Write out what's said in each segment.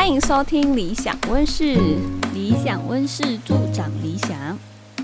欢迎收听理想温室， 理想温室助长理想。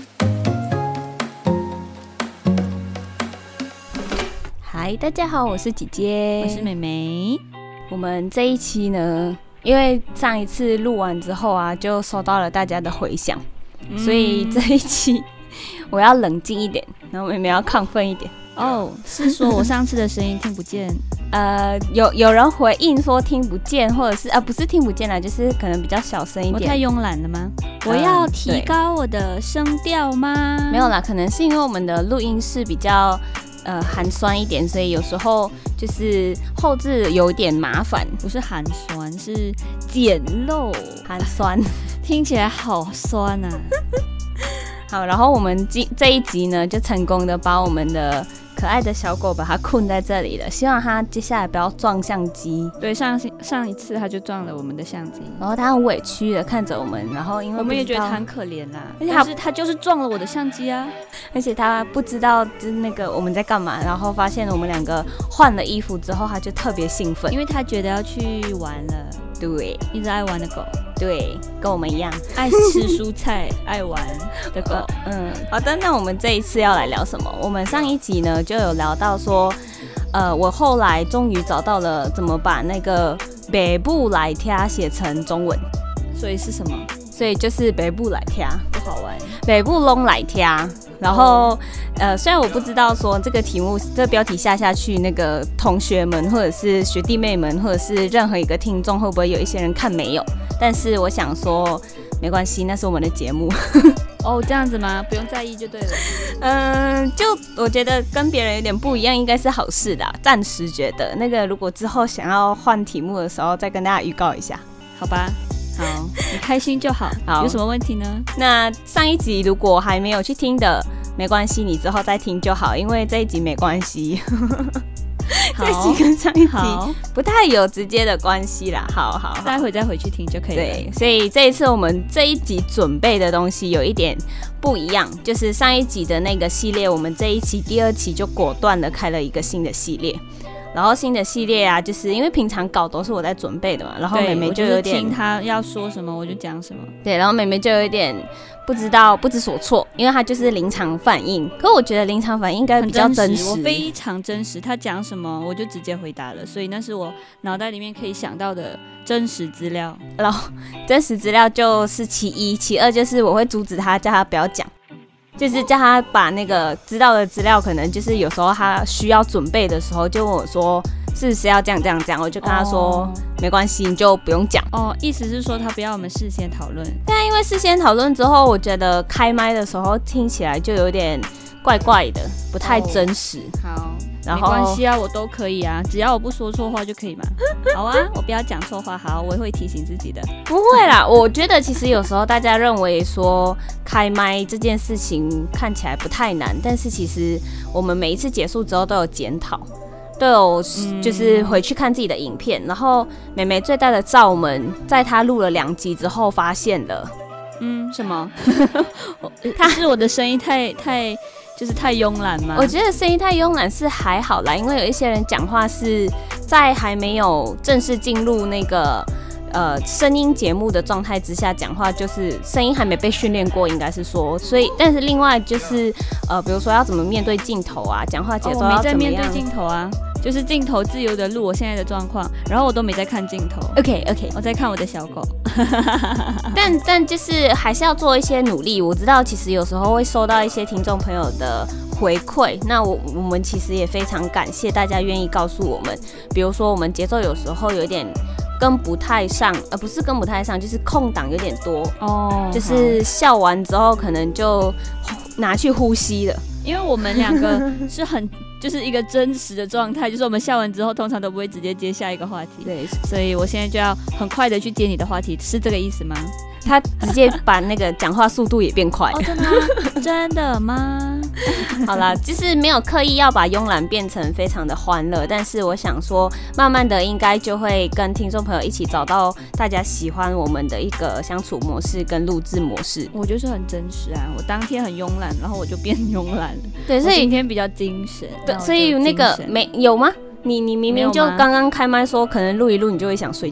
嗨，大家好，我是姐姐， 我是妹妹。 我们这一期呢，因为上一次录完之后啊，就收到了大家的回响，所以这一期我要冷静一点，然后妹妹要亢奋一点。 哦，是说我上次的声音听不见？ 有人回应说听不见，或者是不是听不见啦，就是可能比较小声一点。 我太慵懒了吗？我要提高我的声调吗？ 没有啦，可能是因为我们的录音室比较寒酸一点，所以有时候就是后置有点麻烦。 不是寒酸，是简陋。 寒酸听起来好酸啊。 好，然后我们这一集呢，就成功的把我们的可爱的小狗把它困在这里了，希望它接下来不要撞相机。 对，上一次它就撞了我们的相机， 然后它很委屈的看着我们，然后因为我们也觉得它很可怜啦， 而且它就是撞了我的相机啊， 而且它不知道就是那个我们在干嘛，然后发现我们两个换了衣服之后，它就特别兴奋， 因为它觉得要去玩了。 对， 一直爱玩的狗， 对，跟我们一样， 爱吃蔬菜、爱玩的狗。 好的，那我们这一次要来聊什么？我们上一集呢就有聊到说，我后来终于找到了怎么把那个北部来听写成中文， 所以是什么？ 所以就是北部来听， 不好玩。 北部拢来听。然后，虽然我不知道说这个题目、这个标题下去，那个同学们或者是学弟妹们，或者是任何一个听众，会不会有一些人看没有？但是我想说，没关系，那是我们的节目。 哦，这样子吗？不用在意就对了。 就我觉得跟别人有点不一样，应该是好事的。暂时觉得那个，如果之后想要换题目的时候，再跟大家预告一下， 好吧？好，你开心就好。好，有什么问题呢？ 那上一集如果还没有去听的，没关系，你之后再听就好，因为这一集没关系。这一集跟上一集不太有直接的关系啦。好， 待会再回去听就可以了。 对，所以这一次我们这一集准备的东西有一点不一样，就是上一集的那个系列，我们这一期第二期就果断的开了一个新的系列。然后新的系列啊，就是因为平常稿都是我在准备的嘛，然后妹妹就有点听她要说什么我就讲什么。 对，然后妹妹就有点不知所措，因为她就是临场反应。可我觉得临场反应应该比较真实， 我非常真实。她讲什么我就直接回答了，所以那是我脑袋里面可以想到的真实资料。 然后真实资料就是其一，其二就是我会阻止她，叫她不要讲。就是叫他把那个知道的资料，可能就是有时候他需要准备的时候，就问我说是不是要这样，我就跟他说没关系，你就不用讲。 意思是说他不要我们事先讨论。 但因为事先讨论之后，我觉得开麦的时候听起来就有点怪怪的，不太真实。 好。 然后没关系啊，我都可以啊，只要我不说错话就可以嘛。好啊，我不要讲错话，好，我会提醒自己的。 不会啦，我觉得其实有时候大家认为说开麦这件事情看起来不太难，但是其实我们每一次结束之后都有检讨，都有就是回去看自己的影片。然后妹妹最大的罩门，在她录了2集之后发现了， 什么？是我的声音太慵懒吗？ 我觉得声音太慵懒是还好啦，因为有一些人讲话是在还没有正式进入那个声音节目的状态之下讲话，就是声音还没被训练过，应该是说，所以但是另外就是比如说要怎么面对镜头啊，讲话节奏要怎么样？ 我没在面对镜头啊，就是镜头自由的录我现在的状况，然后我都没在看镜头。 OK， 我在看我的小狗。 但就是还是要做一些努力。我知道其实有时候会收到一些听众朋友的回馈，那我们其实也非常感谢大家愿意告诉我们，比如说我们节奏有时候有点跟不太上，不是跟不太上，就是空档有点多就是笑完之后可能就拿去呼吸了。 因为我们两个是就是一个真实的状态，就是我们笑完之后通常都不会直接接下一个话题。 对， 所以我现在就要很快的去接你的话题，是这个意思吗？ 他直接把那个讲话速度也变快。 真的吗？真的吗？ 好啦，就是没有刻意要把慵懒变成非常的欢乐，但是我想说，慢慢的应该就会跟听众朋友一起找到大家喜欢我们的一个相处模式跟录制模式。 我就是很真实啊，我当天很慵懒，然后我就变慵懒了。 对，所以今天比较精神。 对，所以那个有吗？你明明就刚刚开麦说，可能录一录你就会想睡觉。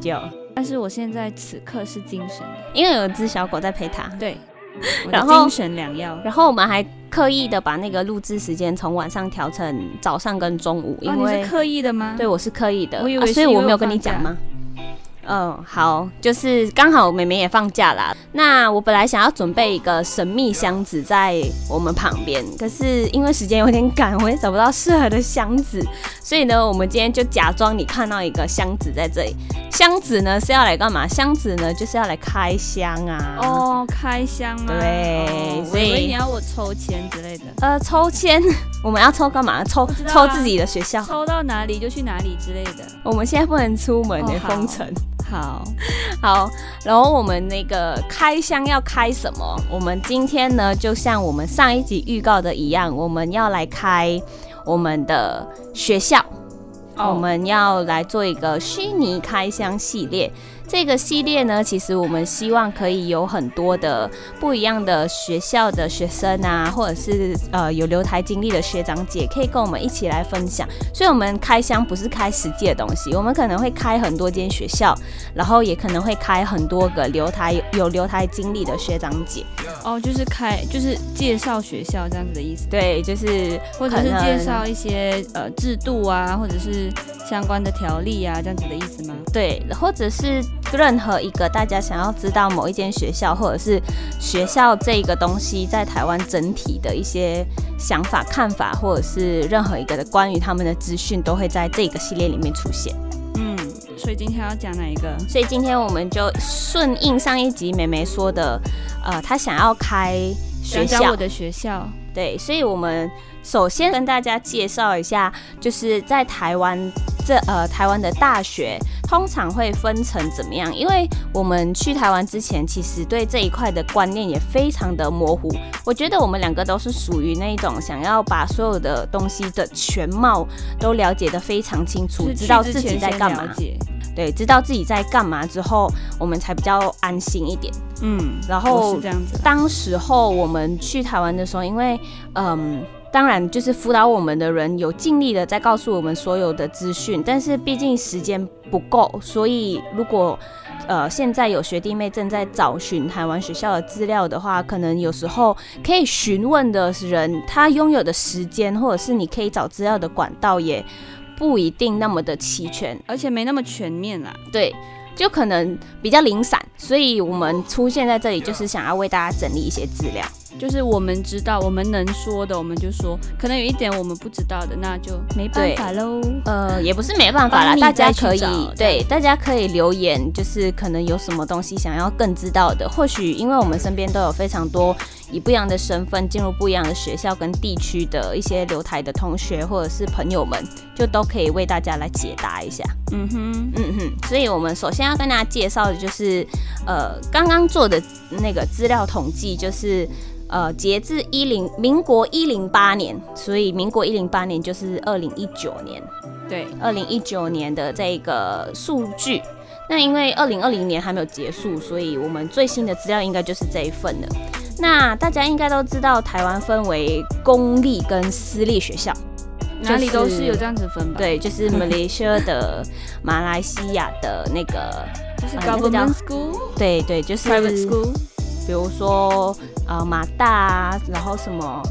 但是我现在此刻是精神的， 因为有只小狗在陪它。 对，我然后的精神良药。 然后我们还刻意的把那个录制时间从晚上调成早上跟中午，因为、 你是刻意的吗？ 对，我是刻意的， 我以为所以我没有跟你讲吗？好，就是刚好妹妹也放假啦。那我本来想要准备一个神秘箱子在我们旁边，可是因为时间有点赶，我也找不到适合的箱子，所以呢，我们今天就假装你看到一个箱子在这里。箱子呢是要来干嘛？箱子呢就是要来开箱啊。 哦，开箱啊。 对，所以我以为你要我抽签之类的。 抽签，我们要抽干嘛？抽自己的学校， 抽到哪里就去哪里之类的。 我们现在不能出门的封城。好，然后我们那个开箱要开什么？我们今天呢，就像我们上一集预告的一样，我们要来开我们的学校，我们要来做一个虚拟开箱系列。这个系列呢，其实我们希望可以有很多的不一样的学校的学生啊，或者是有留台经历的学长姐，可以跟我们一起来分享。所以，我们开箱不是开实际的东西，我们可能会开很多间学校，然后也可能会开很多个有留台经历的学长姐。 就是介绍学校这样子的意思。 对，就是或者是介绍一些制度啊，或者是相关的条例啊，这样子的意思吗？ 对，或者是任何一个大家想要知道某一间学校，或者是学校这个东西在台湾整体的一些想法、看法，或者是任何一个的关于他们的资讯，都会在这个系列里面出现。 所以今天要讲哪一个？ 所以今天我们就顺应上一集妹妹说的，她想要开学校， 讲我的学校。 对，所以我们首先跟大家介绍一下，就是在台湾台湾的大学通常会分成怎么样？因为我们去台湾之前，其实对这一块的观念也非常的模糊。我觉得我们两个都是属于那一种想要把所有的东西的全貌都了解得非常清楚，知道自己在干嘛。对，知道自己在干嘛之后，我们才比较安心一点。然后是这样子。 当时候我们去台湾的时候，因为当然就是辅导我们的人有尽力的在告诉我们所有的资讯，但是毕竟时间不够，所以如果现在有学弟妹正在找寻台湾学校的资料的话，可能有时候可以询问的人，他拥有的时间或者是你可以找资料的管道也不一定那么的齐全， 而且没那么全面啦。 对，就可能比较零散，所以我们出现在这里就是想要为大家整理一些资料。 就是我们知道，我们能说的我们就说，可能有一点我们不知道的，那就没办法喽。 也不是没办法啦，大家可以大家可以留言，就是可能有什么东西想要更知道的，或许因为我们身边都有非常多以不一样的身份进入不一样的学校跟地区的一些留台的同学或者是朋友们，就都可以为大家来解答一下。所以我们首先要跟大家介绍的就是刚刚做的那个资料统计，就是截至民国108年，所以民国108年就是2019年，对，2019年的这个数据。那因为2020年还没有结束，所以我们最新的资料应该就是这一份了。那大家应该都知道，台湾分为公立跟私立学校， 哪里都是有这样子分吧？ 对，就是 Malaysia 的马来西亚的那个就是 government school， 对，就是 private school。 比如说马大啊，然后什么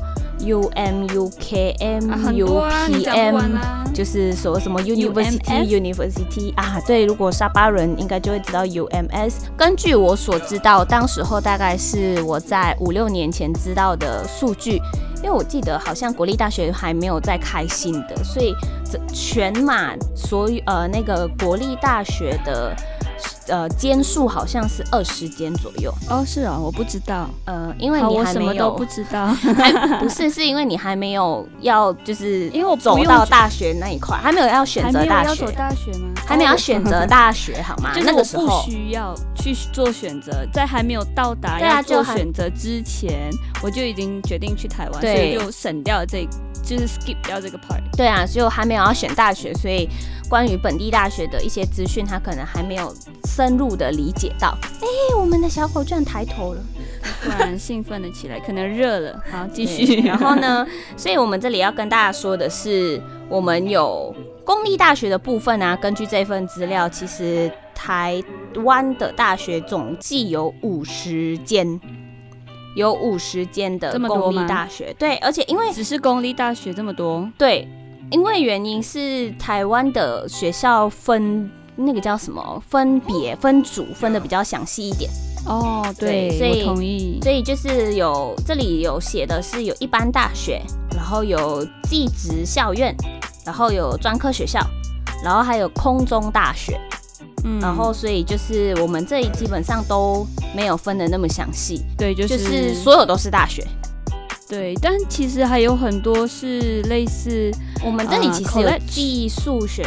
UM、UKM、UPM，就是说什么 University 啊，对，如果沙巴人应该就会知道 UMS。根据我所知道，当时候大概是我在5-6年前知道的数据，因为我记得好像国立大学还没有再开新的，所以全马所有那个国立大学的间数好像是20间左右。 哦，是哦，我不知道。 因为你还没有， 我什么都不知道。 不是，是因为你还没有要，就是因为我走到大学那一块，还没有要选择大学。还没有要走大学吗？ 还没有要选择大学，好吗？那个时候不需要去做选择，在还没有到达要做选择之前，我就已经决定去台湾，所以就省掉就是 skip 掉这个 part。 对啊，就还没有要选大学，所以关于本地大学的一些资讯，他可能还没有深入的理解到。我们的小狗居然抬头了。 突然兴奋了起来，可能热了。好，继续。 然后呢，所以我们这里要跟大家说的是，我们有公立大学的部分啊，根据这份资料，其实台湾的大学总计有50间。有50间的公立大学，对，而且因为只是公立大学这么多， 对，因为原因是台湾的学校分那个叫什么分别分组分的比较详细一点。 哦，对，所以我同意。 所以就是这里有写的是有一般大学，然后有技职校院，然后有专科学校，然后还有空中大学。然后所以就是我们这里基本上都没有分的那么详细， 对， 就是所有都是大学， 对，但其实还有很多是类似， 我们这里其实有技术学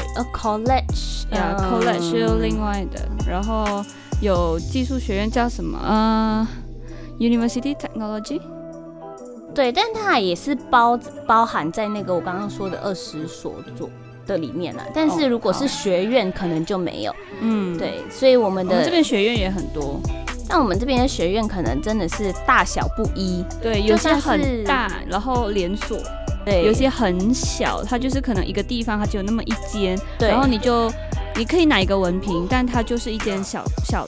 college 是有另外的，然后有技术学院叫什么University Technology， 对，但它也是包含在那个我刚刚说的20所的里面啦，但是如果是学院可能就没有，对，所以我们这边学院也很多， 但我们这边的学院可能真的是大小不一， 对，有些很大，然后连锁，对，有些很小，它就是可能一个地方它只有那么一间，然后你可以拿一个文凭，但它就是一间小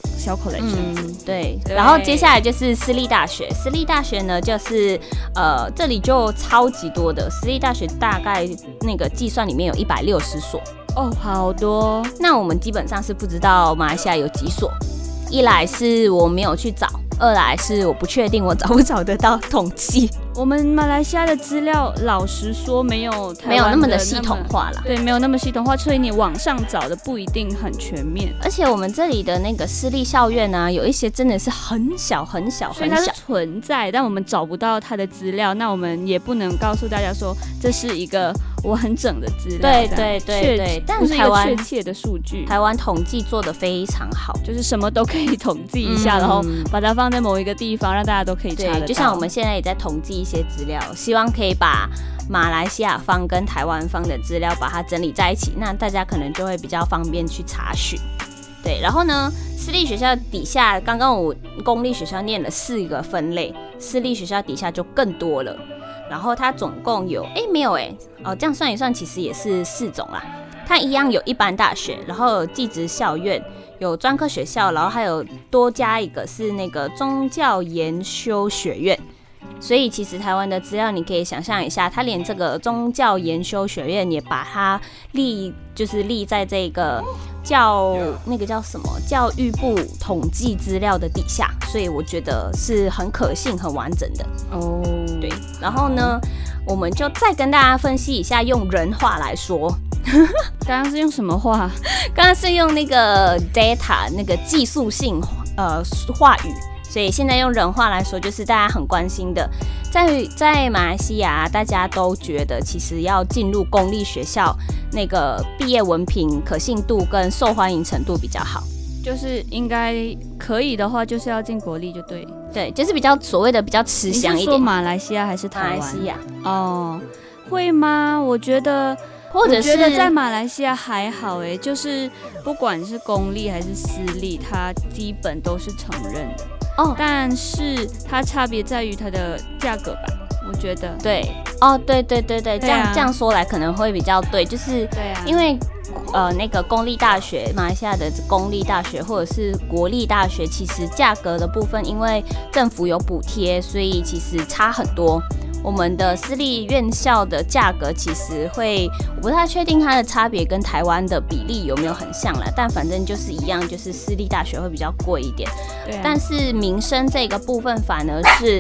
collection，对。 然后接下来就是私立大学，私立大学呢就是这里就超级多的，私立大学大概那个计算里面有160所， 哦，好多。 那我们基本上是不知道马来西亚有几所，一来是我没有去找，二来是我不确定我找不找得到统计。 我们马来西亚的资料，老实说没有那么的系统化啦， 对，没有那么系统化，所以你网上找的不一定很全面。 而且我们这里的那个私立校院啊，有一些真的是很小很小很小， 所以它是存在，但我们找不到它的资料，那我们也不能告诉大家说这是一个完整的资料。 对，但台湾确切的数据， 台湾统计做得非常好， 就是什么都可以统计一下，然后把它放在某一个地方，让大家都可以查得到。 就像我们现在也在统计一些资料，希望可以把马来西亚方跟台湾方的资料把它整理在一起，那大家可能就会比较方便去查询。对，然后呢，私立学校底下，刚刚我公立学校念了4个分类，私立学校底下就更多了。然后它总共有，这样算一算，其实也是4种啦。它一样有一般大学，然后有技职校院，有专科学校，然后还有多加一个是那个宗教研修学院。所以其实台湾的资料你可以想象一下，它连这个宗教研修学院也把它立在这个那个叫什么教育部统计资料的底下，所以我觉得是很可信很完整的哦。对，然后呢，我们就再跟大家分析一下，用人话来说。 刚刚是用什么话？ 刚刚是用那个 data 那个技术性话语。所以现在用人话来说，就是大家很关心的，在马来西亚，大家都觉得其实要进入公立学校，那个毕业文凭可信度跟受欢迎程度比较好。 就是应该可以的话，就是要进国立就对。 对，就是比较所谓的比较吃香一点。 你是说马来西亚还是台湾？ 马来西亚。 哦，会吗？我觉得在马来西亚还好就是不管是公立还是私立，它基本都是承认的。但是它差别在于它的价格吧，我觉得。对，对，这样说来可能会比较对，就是因为那个公立大学，马来西亚的公立大学或者是国立大学，其实价格的部分，因为政府有补贴，所以其实差很多。我们的私立院校的价格其实我不太确定它的差别跟台湾的比例有没有很像啦，但反正就是一样，就是私立大学会比较贵一点。对，但是民生这个部分反而是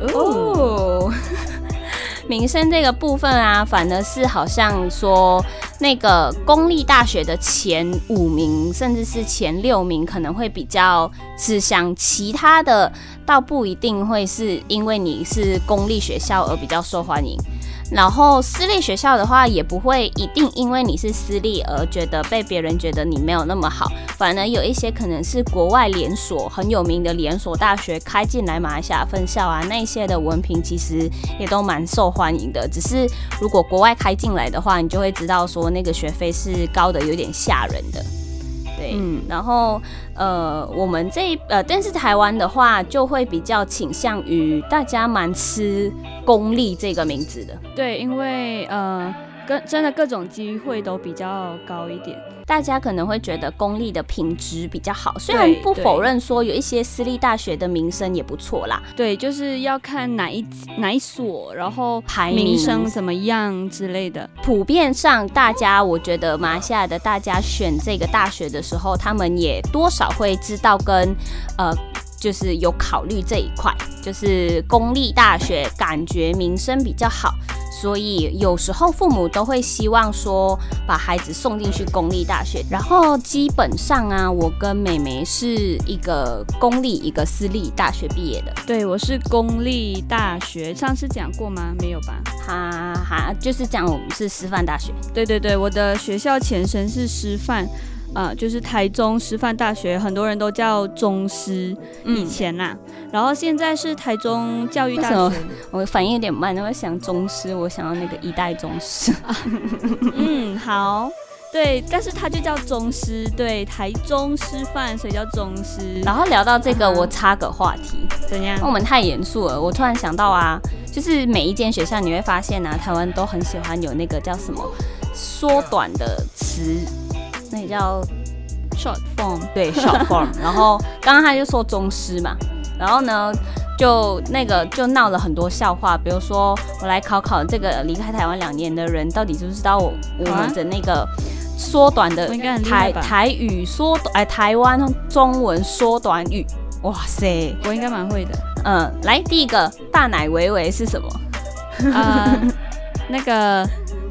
民生这个部分啊，反而是好像说那个公立大学的前5名，甚至是前6名，可能会比较吃香，其他的倒不一定会是因为你是公立学校而比较受欢迎。然后私立学校的话，也不会一定因为你是私立而觉得被别人觉得你没有那么好，反而有一些可能是国外连锁很有名的连锁大学开进来马来西亚分校啊，那些的文凭其实也都蛮受欢迎的。只是如果国外开进来的话，你就会知道说那个学费是高的有点吓人的。 对，然后我们但是台湾的话就会比较倾向于大家蛮吃公立这个名字的。 对，因为真的各种机会都比较高一点， 大家可能会觉得公立的品质比较好，虽然不否认说有一些私立大学的名声也不错啦。 对，就是要看哪一所，然后排名声怎么样之类的。 普遍上，我觉得马来西亚的大家选这个大学的时候，他们也多少会知道跟就是有考虑这一块，就是公立大学感觉名声比较好，所以有时候父母都会希望说把孩子送进去公立大学。然后基本上啊，我跟妹妹是一个公立一个私立大学毕业的。 对，我是公立大学，上次讲过吗？没有吧？ 就是讲我们是师范大学。 对对对，我的学校前身是师范。就是台中师范大学，很多人都叫中师，以前啦，然后现在是台中教育大学。 我反应有点慢，我想中师，我想要那个一代宗师。 好，对，但是它就叫中师，对，台中师范，所以叫中师。 然后聊到这个，我插个话题， 怎样？ 我们太严肃了，我突然想到啊，就是每一间学校你会发现啊，台湾都很喜欢有那个叫什么缩短的词。那也叫 short form， 对 short form。然后刚刚他就说中师嘛，然后呢就闹了很多笑话，比如说我来考这个离开台湾2年的人，到底知不知道我们的那个缩短的台语台湾中文缩短语？哇塞， 我应该蛮会的。来第一个大奶维维是什么？ 那个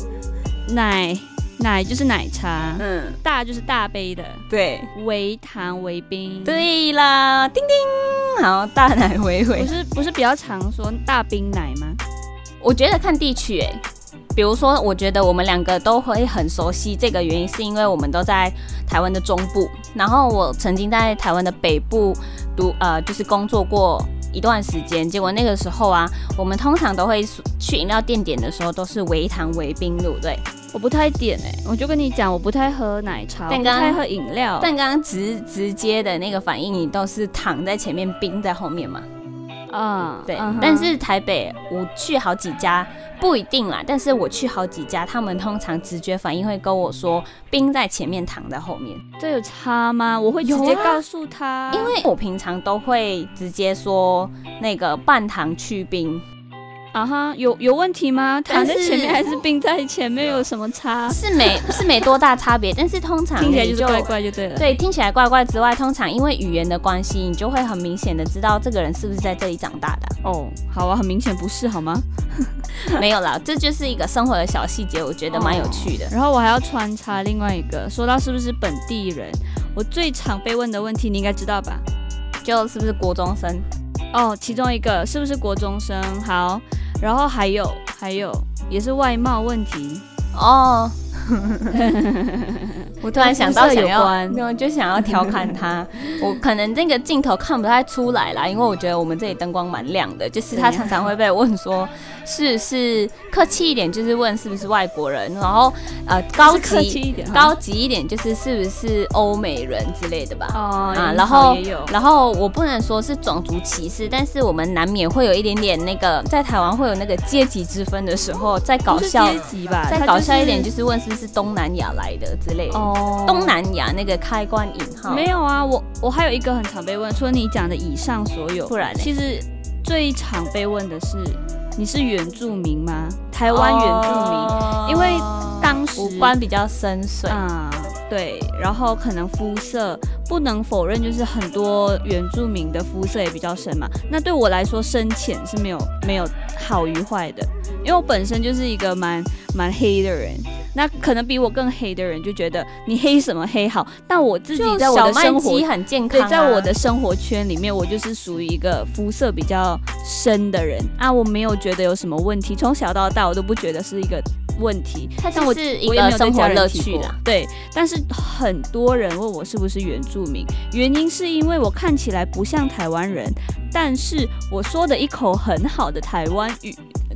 奶就是奶茶，大就是大杯的， 对， 微糖微冰， 对啦，叮叮，好，大奶维维， 不是比较常说大冰奶吗？ 我觉得看地区比如说，我觉得我们2个都会很熟悉这个原因，是因为我们都在台湾的中部，然后我曾经在台湾的北部就是工作过一段时间，结果那个时候啊，我们通常都会去饮料店点的时候都是微糖微冰，对不对？ 我不太点我就跟你讲，我不太喝奶茶，我不太喝饮料。 但刚刚直接的那个反应，你都是糖在前面，冰在后面嘛？对。但是台北我去好几家，不一定啦，但是我去好几家，他们通常直觉反应会跟我说冰在前面，糖在后面。 这有差吗？我会直接告诉他， 因为我平常都会直接说那个半糖去冰。 有问题吗？糖在前面还是冰在前面有什么差？ 是没多大差别，但是通常听起来就是怪怪就对了。 对，听起来怪怪之外，通常因为语言的关系，你就会很明显的知道这个人是不是在这里长大的。 好啊，很明显不是好吗？ 没有啦，这就是一个生活的小细节，我觉得蛮有趣的。 然后我还要穿插另外一个，说到是不是本地人，我最常被问的问题你应该知道吧？ 就是不是国中生？ 其中一个是不是国中生？好。然后还有也是外貌问题我突然想到就想要调侃他。我可能这个镜头看不太出来啦，因为我觉得我们这里灯光蛮亮的，就是他常常会被问说是客气一点就是问是不是外国人，然后高级一点就是是不是欧美人之类的吧。然后我不能说是种族歧视，但是我们难免会有一点点那个在台湾会有那个阶级之分的时候，再搞笑一点就是问是不是东南亚来的之类的。东南亚那个开关引号没有啊，我还有一个很常被问，除了你讲的以上所有， 不然其实最常被问的是你是原住民吗？台湾原住民，因为当时五官比较深邃对，然后可能肤色不能否认，就是很多原住民的肤色也比较深嘛。那对我来说，深浅是没有好与坏的，因为我本身就是一个蛮黑的人。那可能比我更黑的人就觉得你黑什么黑好，但我自己在我的生活很健康， 对，在我的生活圈里面，我就是属于一个肤色比较深的人我没有觉得有什么问题，从小到大我都不觉得是一个问题， 它就是一个生活乐趣啦。 对，但是很多人问我是不是原住民，原因是因为我看起来不像台湾人，但是我说的一口很好的台湾语，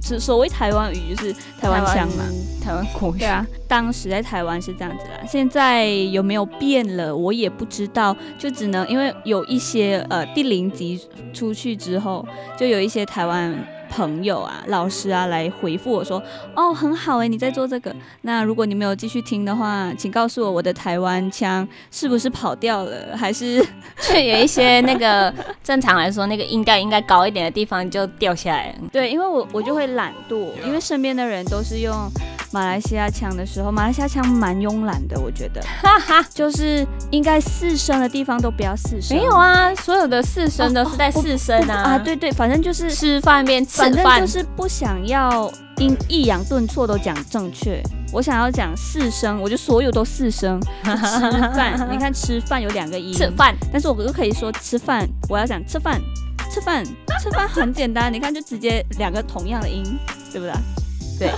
所谓台湾语就是台湾腔嘛， 台湾国语。 对啊，当时在台湾是这样子啦，现在有没有变了我也不知道，就只能因为有一些第0集出去之后，就有一些台湾朋友啊、老师啊来回复我说，哦，很好欸，你在做这个。那如果你没有继续听的话，请告诉我的台湾腔是不是跑掉了，还是就有一些那个正常来说那个音调应该高一点的地方就掉下来了。 对，因为我就会懒惰，因为身边的人都是用马来西亚腔的时候，马来西亚腔蛮慵懒的，我觉得就是应该4声的地方都不要4声。 没有啊，所有的4声都是在4声啊。 对对，反正就是吃饭变吃饭， 反正就是不想要抑扬顿挫都讲正确。我想要讲4声，我就所有都4声。吃饭，你看吃饭有2个音， 吃饭， 但是我就可以说吃饭，我要讲吃饭，吃饭，吃饭很简单，你看就直接2个同样的音，对不对？ 对，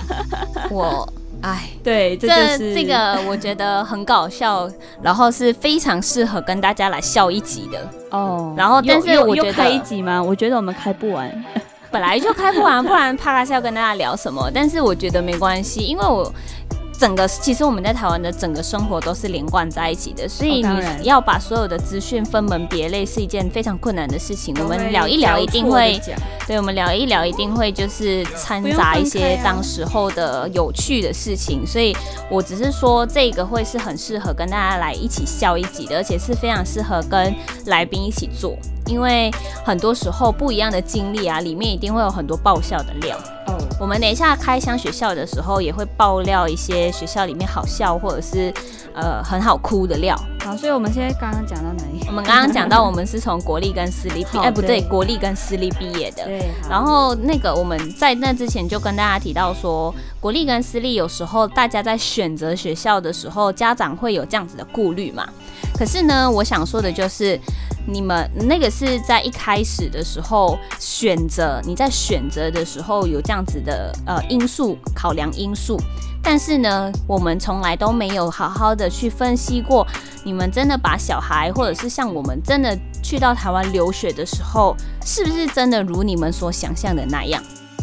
对，这个我觉得很搞笑，然后是非常适合跟大家来笑一集的哦。然后，但是我觉得开一集吗？我觉得我们开不完， 本来就开不完，不然帕拉是要跟大家聊什么？但是我觉得没关系，因为其实我们在台湾的整个生活都是连贯在一起的，所以你要把所有的资讯分门别类是一件非常困难的事情。我们聊一聊一定会，对，我们聊一聊一定会就是掺杂一些当时候的有趣的事情，所以我只是说这个会是很适合跟大家来一起笑一集的，而且是非常适合跟来宾一起做，因为很多时候不一样的经历啊，里面一定会有很多爆笑的料。我们等一下开箱学校的时候，也会爆料一些学校里面好笑或者是很好哭的料。 好，所以我们现在刚刚讲到哪里？ 我们刚刚讲到我们是从国立跟私立不对，国立跟私立毕业的。对。然后那个我们在那之前就跟大家提到说，国立跟私立有时候大家在选择学校的时候，家长会有这样子的顾虑嘛。可是呢，我想说的就是，你们那个是在一开始的时候你在选择的时候有这样子的考量因素，但是呢，我们从来都没有好好的去分析过，你们真的把小孩，或者是像我们真的去到台湾留学的时候，是不是真的如你们所想象的那样？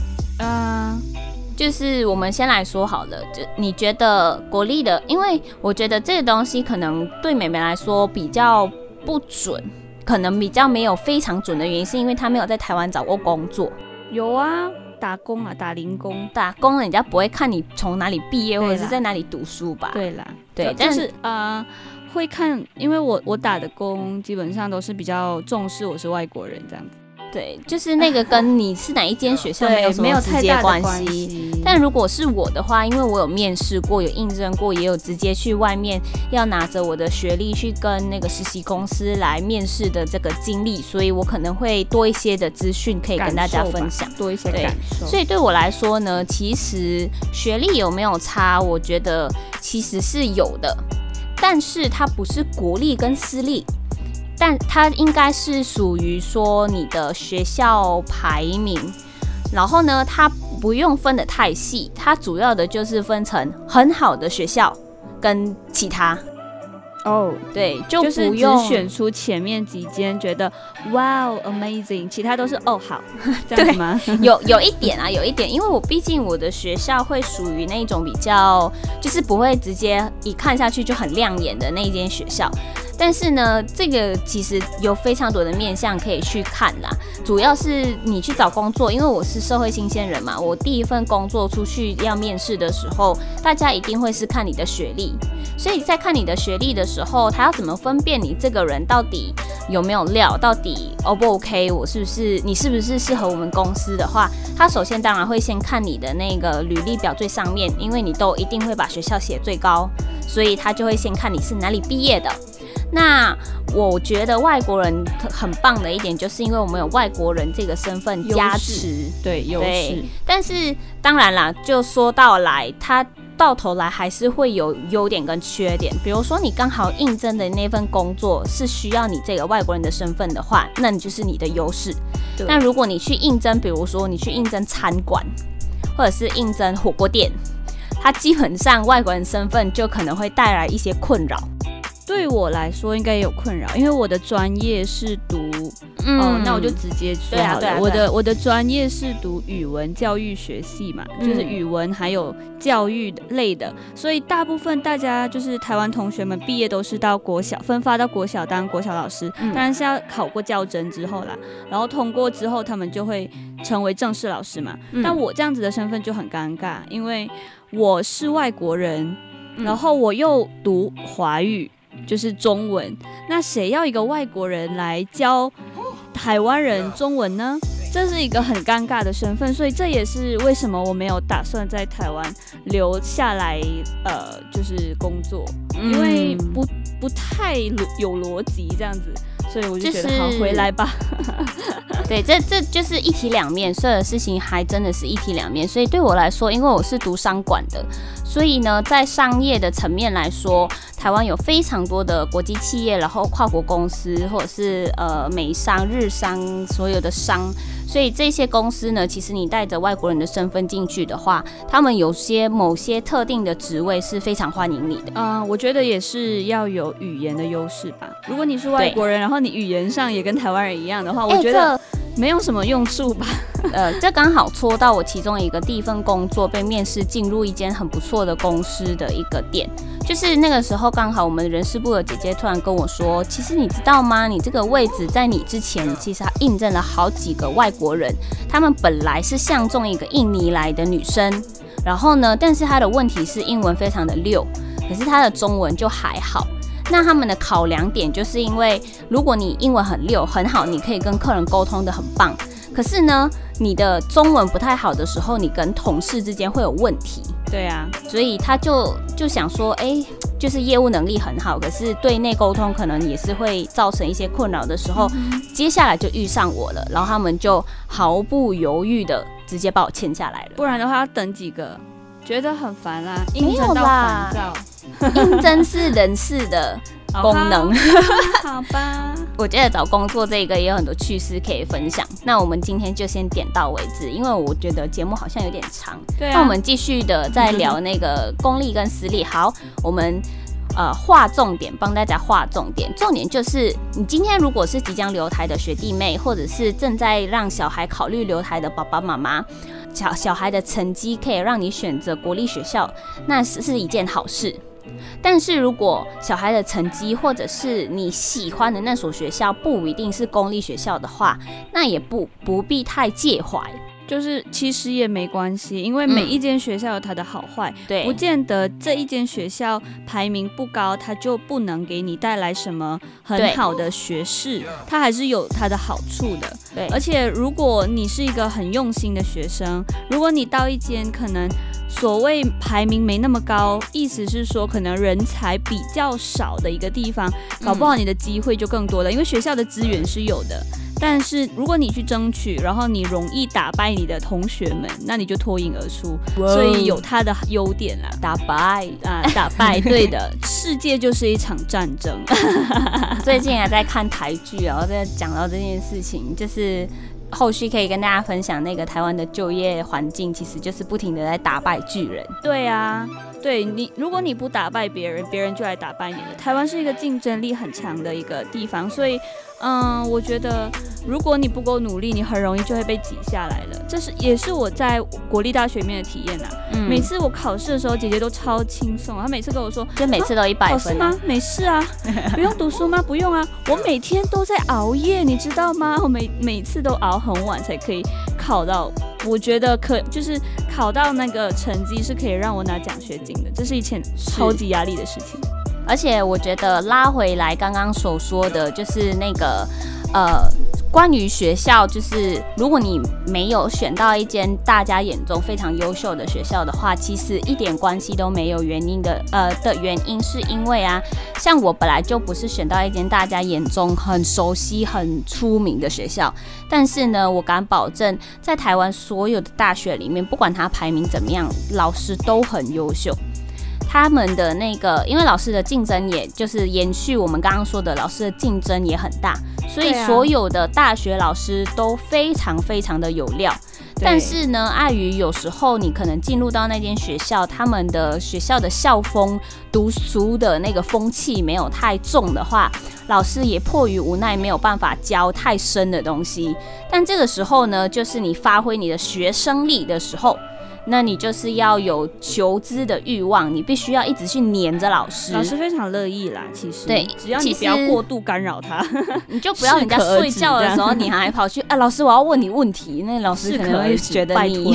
就是我们先来说好了，就你觉得国立的，因为我觉得这个东西可能对妹妹来说比较不准，可能比较没有非常准的原因，是因为她没有在台湾找过工作。 有啊，打工啊，打零工， 打工人家不会看你从哪里毕业或者是在哪里读书吧？ 对啦， 对， 但是会看，因为我打的工基本上都是比较重视我是外国人这样子。 对，就是那个跟你是哪一间学校没有什么直接关系。但如果是我的话，因为我有面试过，有应征过，也有直接去外面要拿着我的学历去跟那个实习公司来面试的这个经历，所以我可能会多一些的资讯可以跟大家分享， 多一些感受。 所以对我来说呢，其实学历有没有差，我觉得其实是有的，但是它不是国立跟私立。但它应该是属于说你的学校排名，然后呢，它不用分得太细，它主要的就是分成很好的学校跟其他。对， 就是只选出前面几间觉得哇哦 amazing， 其他都是好这样子吗？ 有一点啊，有一点，因为毕竟我的学校会属于那种比较，就是不会直接一看下去就很亮眼的那一间学校。但是呢，这个其实有非常多的面向可以去看啦。主要是你去找工作，因为我是社会新鲜人嘛，我第一份工作出去要面试的时候，大家一定会是看你的学历。所以在看你的学历的时候，他要怎么分辨你这个人到底有没有料，到底 O 不 OK， 你是不是适合我们公司的话，他首先当然会先看你的那个履历表最上面，因为你都一定会把学校写最高，所以他就会先看你是哪里毕业的。那我觉得外国人很棒的一点，就是因为我们有外国人这个身份加持， 对，优势。 但是当然啦，就说到来，他到头来还是会有优点跟缺点。比如说你刚好应征的那份工作是需要你这个外国人的身份的话，那你就是你的优势。但如果你去应征，比如说你去应征餐馆，或者是应征火锅店，它基本上外国人身份就可能会带来一些困扰。 对我来说应该也有困扰，因为我的专业是读那我就直接说好了。我的专业是读语文教育学系嘛，就是语文还有教育类的，所以大部分大家就是台湾同学们毕业都是到国小，分发到国小当国小老师，当然是要考过教甄之后啦，然后通过之后他们就会成为正式老师嘛。但我这样子的身份就很尴尬，因为我是外国人，然后我又读华语，就是中文，那谁要一个外国人来教台湾人中文呢？这是一个很尴尬的身份，所以这也是为什么我没有打算在台湾留下来，就是工作，因为不太有逻辑这样子，所以我就觉得好回来吧。 对，这就是一体两面，所有的事情还真的是一体两面。所以对我来说，因为我是读商管的，所以呢，在商业的层面来说，台湾有非常多的国际企业，然后跨国公司，或者是美商、日商，所有的商。所以这些公司呢，其实你带着外国人的身份进去的话，他们某些特定的职位是非常欢迎你的。 我觉得也是要有语言的优势吧。如果你是外国人，然后你语言上也跟台湾人一样的话，我觉得没有什么用处吧。 这刚好戳到我其中一个第一份工作被面试进入一间很不错的公司的一个点，就是那个时候刚好我们人事部的姐姐突然跟我说，其实你知道吗？你这个位置在你之前其实印证了好几个外国人，他们本来是相中一个印尼来的女生，然后呢，但是她的问题是英文非常的溜，可是她的中文就还好。那他们的考量点就是因为，如果你英文很溜很好，你可以跟客人沟通的很棒，可是呢，你的中文不太好的时候，你跟同事之间会有问题。 对啊， 所以他就想说，就是业务能力很好，可是对内沟通可能也是会造成一些困扰的时候，接下来就遇上我了，然后他们就毫不犹豫的直接把我签下来了。 不然的话要等几个，觉得很烦啦，应征到烦躁。 应征是人事的功能。 好吧， 我觉得找工作这个也有很多趣事可以分享。那我们今天就先点到为止，因为我觉得节目好像有点长。 对啊， 那我们继续的再聊那个公立跟私立。好，我们划重点，帮大家划重点。重点就是，你今天如果是即将留台的学弟妹，或者是正在让小孩考虑留台的爸爸妈妈，小孩的成绩可以让你选择国立学校，那是一件好事。但是如果小孩的成绩或者是你喜欢的那所学校不一定是公立学校的话，那也不必太介怀。 就是其实也没关系，因为每一间学校有它的好坏， 对， 不见得这一间学校排名不高，它就不能给你带来什么很好的学士，它还是有它的好处的。 对， 而且如果你是一个很用心的学生，如果你到一间可能所谓排名没那么高，意思是说可能人才比较少的一个地方，搞不好你的机会就更多了，因为学校的资源是有的。但是如果你去争取，然后你容易打败你的同学们，那你就脱颖而出，所以有它的优点啦。 打败， 对的，世界就是一场战争。 最近还在看台剧，然后在讲到这件事情，就是后续可以跟大家分享那个台湾的就业环境，其实就是不停的在打败巨人。 对啊，对你，如果你不打败别人，别人就来打败你了。台湾是一个竞争力很强的一个地方，所以我觉得如果你不够努力，你很容易就会被挤下来了。这也是我在国立大学里面的体验啊。每次我考试的时候，姐姐都超轻松，她每次跟我说， 就每次都100分。 考试吗？没事啊。不用读书吗？不用啊。我每天都在熬夜，你知道吗？我每次都熬很晚才可以考到。我觉得就是考到那个成绩是可以让我拿奖学金的，这是一件超级压力的事情。 而且我觉得拉回来刚刚所说的，就是那个关于学校，就是如果你没有选到一间大家眼中非常优秀的学校的话，其实一点关系都没有。原因是因为啊，像我本来就不是选到一间大家眼中很熟悉、很出名的学校，但是呢，我敢保证，在台湾所有的大学里面，不管它排名怎么样，老师都很优秀。他们的那个，因为老师的竞争，也就是延续我们刚刚说的，老师的竞争也很大，所以所有的大学老师都非常非常的有料。 但是呢，碍于有时候你可能进入到那间学校，他们的学校的校风、读书的那个风气没有太重的话，老师也迫于无奈没有办法教太深的东西。但这个时候呢，就是你发挥你的学生力的时候。那你就是要有求知的欲望，你必须要一直去黏着老师。 老师非常乐意啦，其实对， 只要你不要过度干扰他， 你就不要人家睡觉的时候，你还跑去老师我要问你问题，那老师可能会觉得你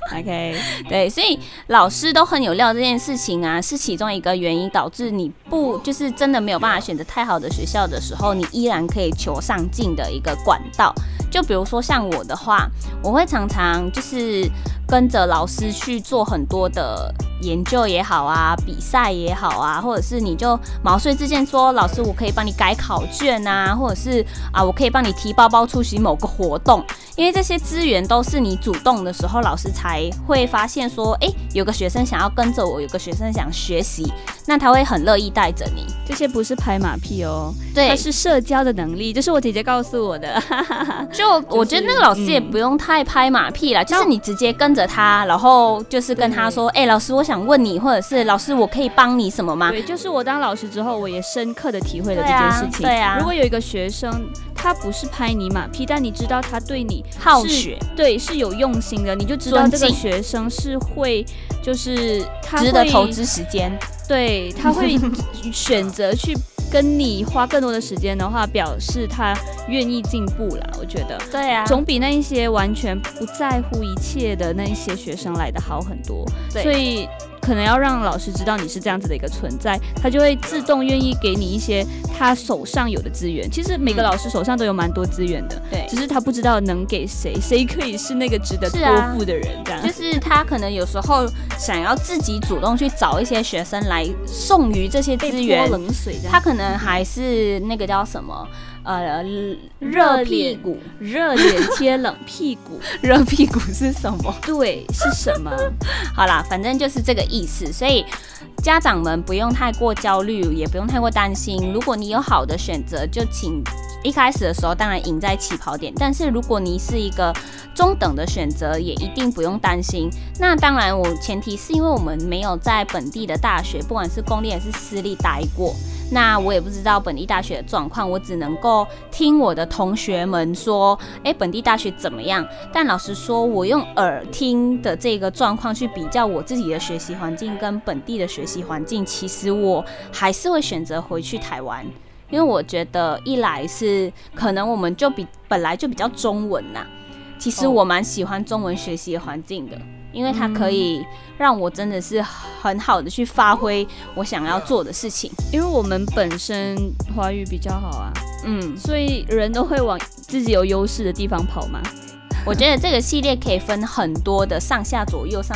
OK 对，所以老师都很有料这件事情啊，是其中一个原因导致你不就是真的没有办法选择太好的学校的时候，你依然可以求上进的一个管道。就比如说像我的话，我会常常就是跟着老师去做很多的研究也好啊，比赛也好啊，或者是你就毛遂自荐说老师我可以帮你改考卷啊，或者是我可以帮你提包包出席某个活动，因为这些资源都是你主动的时候，老师才会发现说有个学生想要跟着我，有个学生想学习，那他会很乐意带着你。 这些不是拍马屁哦， 对， 它是社交的能力，这是我姐姐告诉我的。 就我觉得那个老师也不用太拍马屁啦，就是你直接跟着他，然后就是跟他说老师我想问你，或者是老师我可以帮你什么吗？ 对，就是我当老师之后，我也深刻的体会了这件事情。 对啊， 如果有一个学生他不是拍你马屁，但你知道他对你好学， 对，是有用心的，你就知道这个学生是会，就是他会值得投资时间， 对，他会选择去跟你花更多的时间的话，表示他愿意进步啦。我觉得， 对啊， 总比那一些完全不在乎一切的那一些学生来的好很多。所以可能要让老师知道你是这样子的一个存在，他就会自动愿意给你一些他手上有的资源。其实每个老师手上都有蛮多资源的， 对， 只是他不知道能给谁，谁可以是那个值得托付的人。这样， 就是他可能有时候想要自己主动去找一些学生来送予这些资源， 冷水这样， 他可能还是那个叫什么？热屁股， 热脸贴冷屁股， 热屁股是什么？ 对，是什么？ 好啦，反正就是这个意思。所以家长们不用太过焦虑，也不用太过担心。如果你有好的选择，就请一开始的时候当然赢在起跑点。但是如果你是一个中等的选择，也一定不用担心。那当然，我前提是因为我们没有在本地的大学，不管是公立还是私立待过。那我也不知道本地大学的状况，我只能够听我的同学们说，本地大学怎么样？但老实说，我用耳听的这个状况去比较我自己的学习环境跟本地的学习环境，其实我还是会选择回去台湾，因为我觉得一来是可能我们就本来就比较中文呐，其实我蛮喜欢中文学习的环境的。因为它可以让我真的是很好的去发挥我想要做的事情。 因为我们本身华语比较好啊，所以人都会往自己有优势的地方跑嘛。 我觉得这个系列可以分很多的上下左右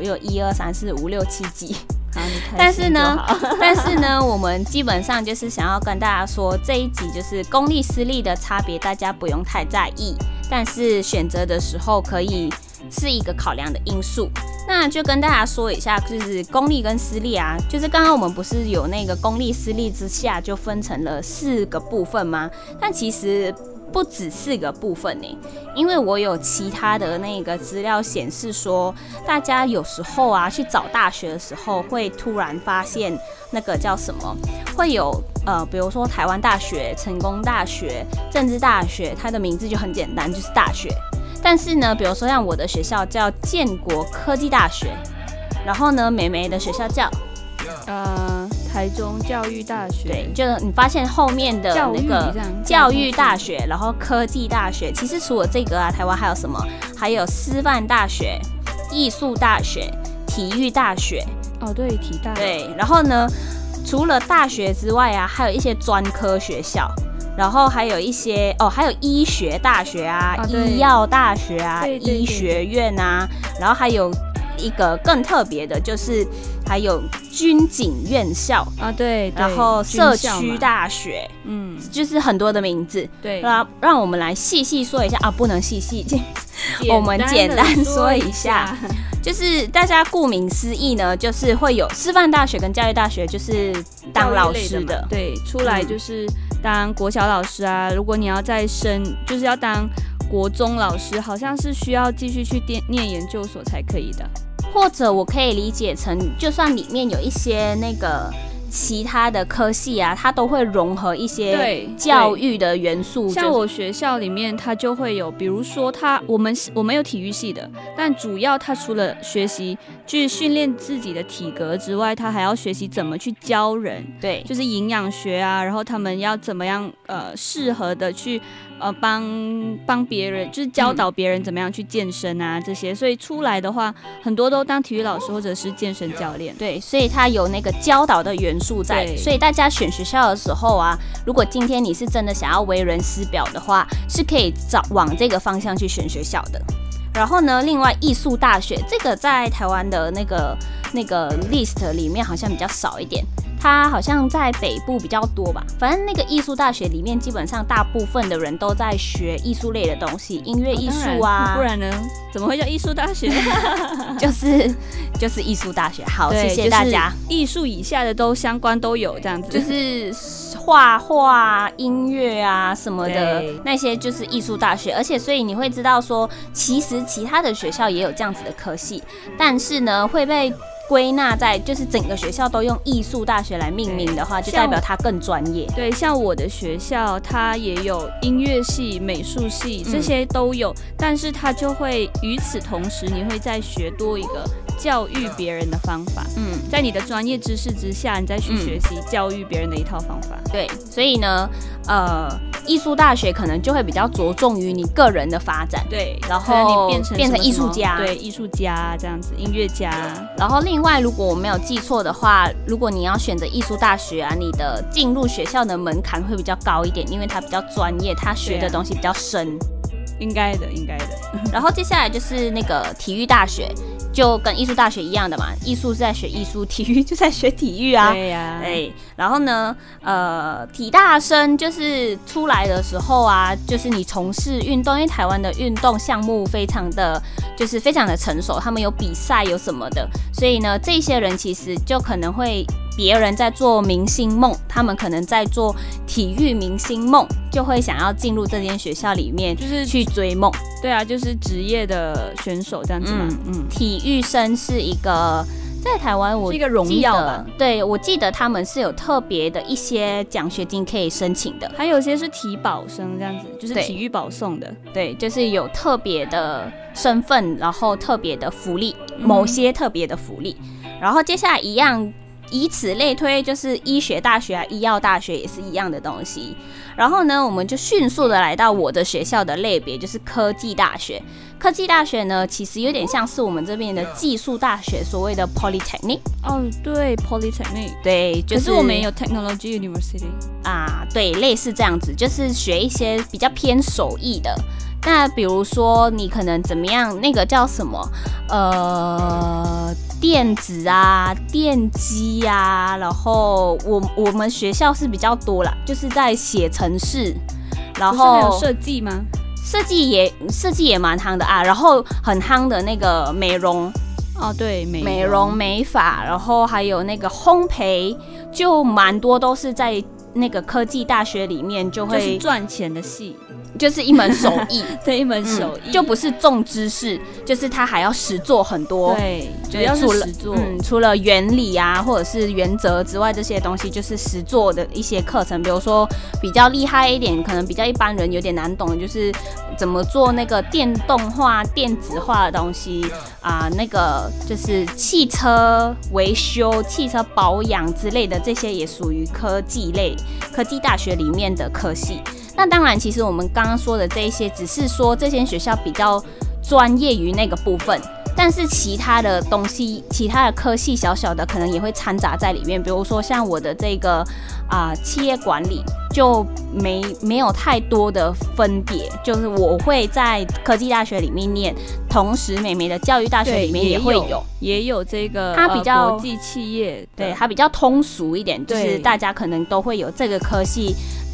1、2、3、4、5、6、7集。但是呢，我们基本上就是想要跟大家说，这一集就是公立私立的差别，大家不用太在意，但是选择的时候可以是一个考量的因素。那就跟大家说一下，就是公立跟私立啊，就是刚刚我们不是有那个公立私立之下就分成了4个部分吗？但其实不止4个部分呢，因为我有其他的那个资料显示说，大家有时候啊去找大学的时候，会突然发现那个叫什么，会有比如说台湾大学、成功大学、政治大学，它的名字就很简单，就是大学。但是呢，比如说像我的学校叫建国科技大学，然后呢，美眉的学校叫台中教育大学， 对，就你发现后面的那个教育大学，然后科技大学，其实除了这个啊，台湾还有什么？还有师范大学、艺术大学、体育大学。 哦，对，体大。 对，然后呢，除了大学之外啊，还有一些专科学校。然后还有一些还有医学大学啊，医药大学啊，对医学院啊，然后还有一个更特别的，就是还有军警院校啊，对， 然后社区大学，就是很多的名字， 对， 让我们来细细说一下啊，不能细细，我们简单说一下，就是大家顾名思义呢，就是会有师范大学跟教育大学，就是当老师的， 对，出来就是当国小老师啊，如果你要再升，就是要当国中老师，好像是需要继续去念研究所才可以的。 或者我可以理解成，就算里面有一些那个其他的科系啊，它都会融合一些教育的元素。 像我学校里面，它就会有，比如说我们有体育系的，但主要它除了学习去训练自己的体格之外，它还要学习怎么去教人。 对， 就是营养学啊，然后他们要怎么样适合的去帮别人，就是教导别人怎么样去健身啊这些。所以出来的话，很多都当体育老师或者是健身教练。 对，所以它有那个教导的元素在。所以大家选学校的时候啊，如果今天你是真的想要为人师表的话，是可以往这个方向去选学校的。然后呢，另外艺术大学这个在台湾的那个 list 里面好像比较少一点，它好像在北部比较多吧。反正那个艺术大学里面，基本上大部分的人都在学艺术类的东西，音乐艺术啊。 不然呢？怎么会叫艺术大学？ 就是艺术大学。好，谢谢大家。 艺术以下的都相关都有这样子， 就是画画、音乐啊什么的那些，就是艺术大学。而且，所以你会知道说，其实其他的学校也有这样子的科系，但是呢，会被归纳在就是整个学校都用艺术大学来命名的话，就代表它更专业。 对，像我的学校，它也有音乐系、美术系，这些都有，但是它就会与此同时，你会再学多一个教育别人的方法。在你的专业知识之下，你再去学习教育别人的一套方法。 对，所以呢，艺术大学可能就会比较着重于你个人的发展。 对， 然后你变成艺术家。 对，艺术家这样子，音乐家。 然后另外，如果我没有记错的话，如果你要选择艺术大学啊，你的进入学校的门槛会比较高一点，因为它比较专业，它学的东西比较深。 应该的。 然后接下来就是那个体育大学，就跟艺术大学一样的嘛，艺术是在学艺术，体育就在学体育啊。 对呀。 对，然后呢，体大生就是出来的时候啊，就是你从事运动，因为台湾的运动项目非常的成熟，他们有比赛有什么的，所以呢，这些人其实就可能会别人在做明星梦，他们可能在做体育明星梦，就会想要进入这间学校里面，就是去追梦。 对啊，就是职业的选手这样子嘛。 体育生是一个在台湾我是一个荣耀吧。 对，我记得他们是有特别的一些奖学金可以申请的， 还有些是体保生这样子，就是体育保送的。 对，就是有特别的身份，然后特别的福利，某些特别的福利。然后接下来一样，以此类推，就是医学大学啊、医药大学也是一样的东西。然后呢，我们就迅速的来到我的学校的类别，就是科技大学。科技大学呢，其实有点像是我们这边的技术大学，所谓的 Polytechnic。 哦，对 ，Polytechnic。 对，就是。 可是我们也有 Technology University。 啊，对，类似这样子，就是学一些比较偏手艺的。那比如说，你可能怎么样？那个叫什么？电子啊、电机啊，然后我们学校是比较多啦，就是在写程式，然后还有设计吗？ 设计也蛮夯的啊，然后很夯的那个美容。 哦，对， 美容美发，然后还有那个烘焙，就蛮多都是在那个科技大学里面就会就是赚钱的系。 就是一门手艺， 对，一门手艺， 就不是重知识，就是他还要实做很多， 对，主要是实做， 除了原理啊或者是原则之外，这些东西就是实做的一些课程。比如说比较厉害一点，可能比较一般人有点难懂的，就是怎么做那个电动化、电子化的东西啊，那个就是汽车维修、汽车保养之类的，这些也属于科技大学里面的科系。那当然，其实我们刚刚说的这一些，只是说这间学校比较专业于那个部分，但是其他的东西、其他的科系小小的，可能也会掺杂在里面。比如说像我的这个企业管理，就没有太多的分别，就是我会在科技大学里面念，同时美美的教育大学里面也有这个它比较国际企业， 对它比较通俗一点，就是大家可能都会有这个科系。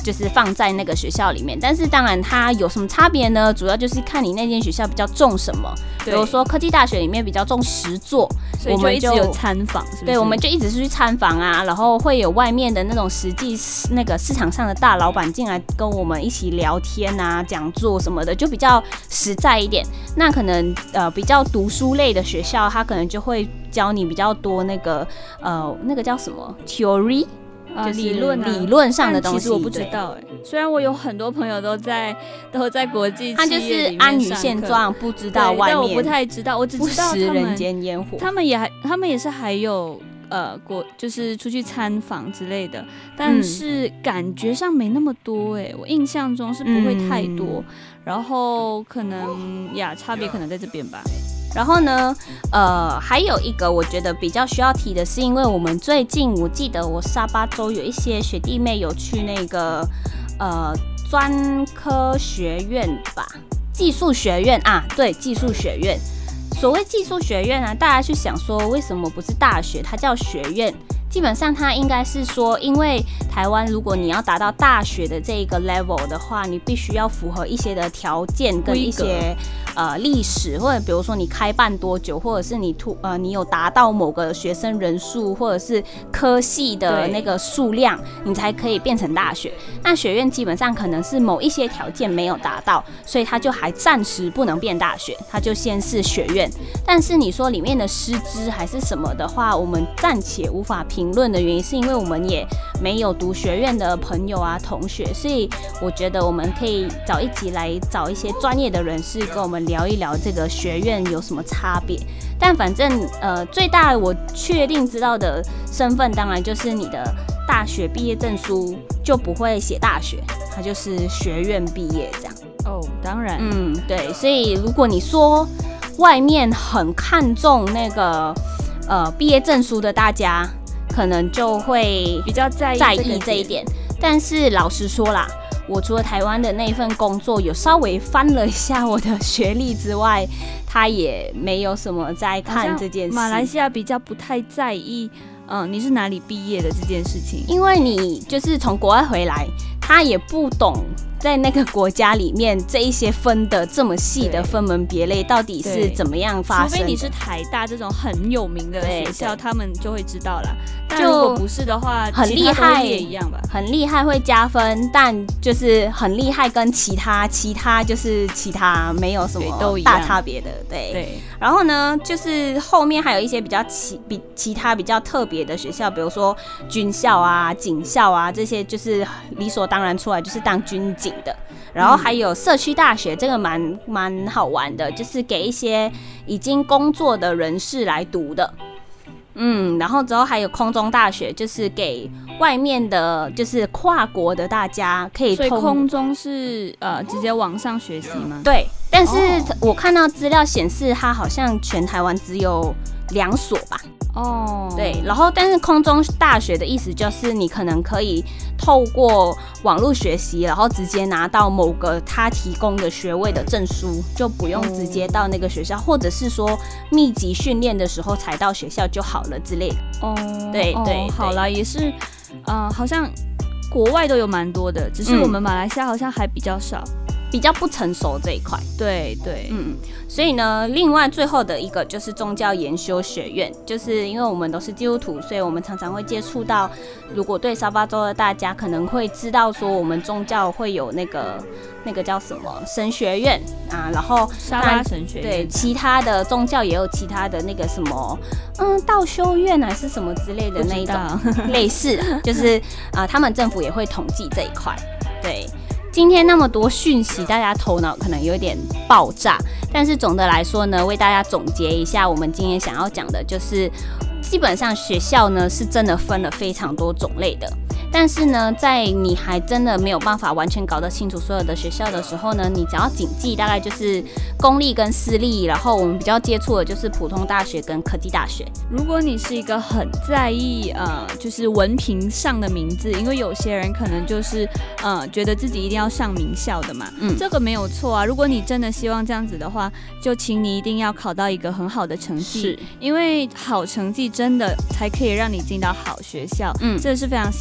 就是放在那个学校里面。但是当然它有什么差别呢？主要就是看你那间学校比较重什么。比如说科技大学里面比较重实作， 所以就一直有参访，是不是？ 对，我们就一直是去参访啊，然后会有外面的那种实际那个市场上的大老板进来跟我们一起聊天啊、讲座什么的，就比较实在一点。那可能比较读书类的学校，它可能就会教你比较多那个叫什么 theory。就是理论上的东西， 其实我不知道虽然我有很多朋友都在国际企业里面上课，他就是安于现状，不知道外面， 但我不太知道，我只知道不食人间烟火。 他们也是还有就是出去参访之类的，但是感觉上没那么多我印象中是不会太多，然后可能差别可能在这边吧。 然后呢，还有一个我觉得比较需要提的是，因为我们最近我记得我沙巴州有一些学弟妹有去那个专科学院吧，技术学院啊，对，技术学院。所谓技术学院啊，大家去想说为什么不是大学，它叫学院？基本上它应该是说，因为台湾如果你要达到大学的这一个 level 的话，你必须要符合一些的条件跟一些历史，或者比如说你开办多久，或者是你有达到某个学生人数，或者是科系的那个数量，你才可以变成大学。那学院基本上可能是某一些条件没有达到，所以它就还暂时不能变大学，它就先是学院。但是你说里面的师资还是什么的话，我们暂且无法评论的原因是因为我们也没有读学院的朋友啊同学，所以我觉得我们可以找一集来找一些专业的人士跟我们聊一聊这个学院有什么差别。但反正最大我确定知道的身份当然就是你的大学毕业证书就不会写大学，它就是学院毕业这样。 当然对，所以如果你说外面很看重那个毕业证书的大家可能就会比较在意这一点，但是老实说啦，我除了台湾的那一份工作有稍微翻了一下我的学历之外，他也没有什么在看这件事。 马来西亚比较不太在意你是哪里毕业的这件事情， 因为你就是从国外回来，他也不懂在那个国家里面这一些分的这么细的分门别类到底是怎么样发生的。 除非你是台大这种很有名的学校，他们就会知道啦。但如果不是的话， 很厉害也一样吧， 很厉害会加分，但就是很厉害跟其他就是其他没有什么大差别的。对。然后呢，就是后面还有一些比较其他比较特别的学校，比如说军校啊、警校啊，这些就是理所当然出来就是当军警的。然后还有社区大学，这个蛮好玩的，就是给一些已经工作的人士来读的。然后之后还有空中大学，就是给外面的，就是跨国的大家可以。 所以空中是直接往上学习吗？ 对，但是我看到资料显示，它好像全台湾只有2所吧。对，然后但是空中大学的意思就是你可能可以透过网络学习，然后直接拿到某个他提供的学位的证书，就不用直接到那个学校，或者是说密集训练的时候才到学校就好了之类的。对， 好啦，也是，好像国外都有蛮多的，只是我们马来西亚好像还比较少。 比较不成熟这一块。 对， 所以呢，另外最后的一个就是宗教研修学院，就是因为我们都是基督徒，所以我们常常会接触到，如果对沙巴州的大家可能会知道说，我们宗教会有那个叫什么神学院啊，然后沙巴神学院， 对，其他的宗教也有其他的那个什么道修院还是什么之类的那一种类似的，就是他们政府也会统计这一块。对，今天那么多讯息，大家头脑可能有点爆炸，但是总的来说呢，为大家总结一下，我们今天想要讲的就是，基本上学校呢是真的分了非常多种类的。但是呢，在你还真的没有办法完全搞得清楚所有的学校的时候呢，你只要谨记大概就是公立跟私立，然后我们比较接触的就是普通大学跟科技大学。 如果你是一个很在意就是文凭上的名字，因为有些人可能就是觉得自己一定要上名校的嘛，这个没有错啊。如果你真的希望这样子的话，就请你一定要考到一个很好的成绩，因为好成绩真的才可以让你进到好学校，这是非常现实的。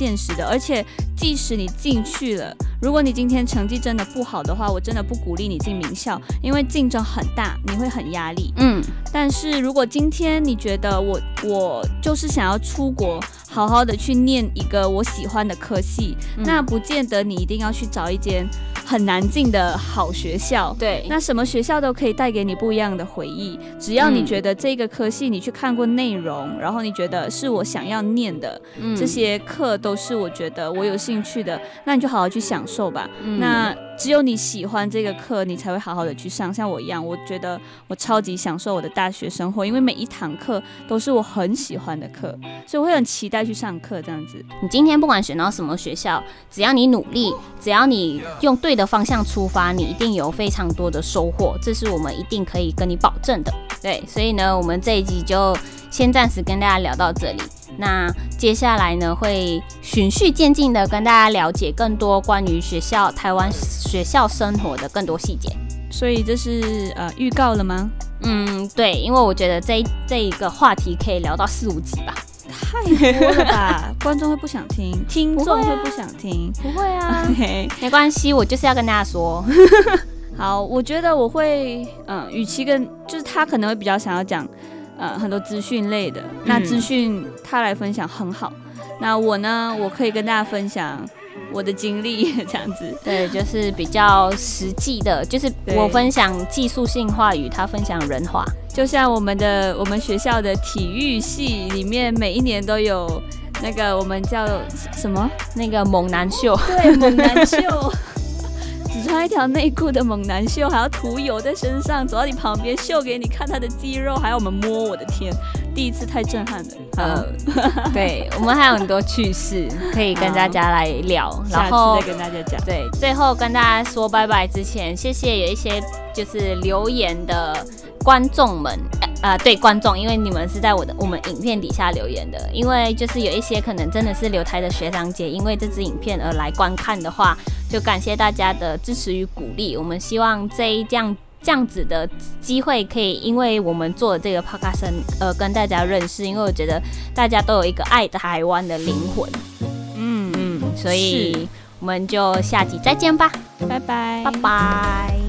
的，而且即使你进去了，如果你今天成绩真的不好的话，我真的不鼓励你进名校，因为竞争很大，你会很压力。但是如果今天你觉得我就是想要出国，好好的去念一个我喜欢的科系，那不见得你一定要去找一间很难进的好学校。 对， 那什么学校都可以带给你不一样的回忆，只要你觉得这个科系你去看过内容，然后你觉得是我想要念的，这些课都是我觉得我有兴趣的，那你就好好去享受吧。那只有你喜欢这个课，你才会好好的去上。像我一样，我觉得我超级享受我的大学生活，因为每一堂课都是我很喜欢的课，所以我会很期待去上课这样子。 你今天不管选到什么学校，只要你努力，只要你用对的方向出发，你一定有非常多的收获，这是我们一定可以跟你保证的。对，所以呢，我们这一集就先暂时跟大家聊到这里。那接下来呢，会循序渐进的跟大家了解更多关于台湾学校生活的更多细节。 所以这是预告了吗？ 对，因为我觉得这一个话题可以聊到4-5集吧。 太多了吧？观众会不想听，听众会不想听。 不会啊，没关系，我就是要跟大家说。 好，我觉得我会，与其就是他可能会比较想要讲，很多资讯类的，那资讯他来分享很好。那我呢，我可以跟大家分享我的经历，这样子。 对，就是比较实际的，就是我分享技术性话语，他分享人话。 就像我们学校的体育系里面，每一年都有那个我们叫什么？ 那个猛男秀。 对，猛男秀。只穿一条内裤的猛男秀，还要涂油在身上，走到你旁边秀给你看他的肌肉，还要我们摸，我的天，第一次太震撼了。 对，我们还有很多趣事可以跟大家来聊， 然后下次再跟大家讲。 对，最后跟大家说拜拜之前，谢谢有一些就是留言的观众们，对观众，因为你们是在我们影片底下留言的，因为就是有一些可能真的是留台的学长姐，因为这支影片而来观看的话，就感谢大家的支持与鼓励。我们希望这样子的机会可以因为我们做的这个 podcast 跟大家认识，因为我觉得大家都有一个爱台湾的灵魂。所以我们就下集再见吧， 拜拜， 拜拜。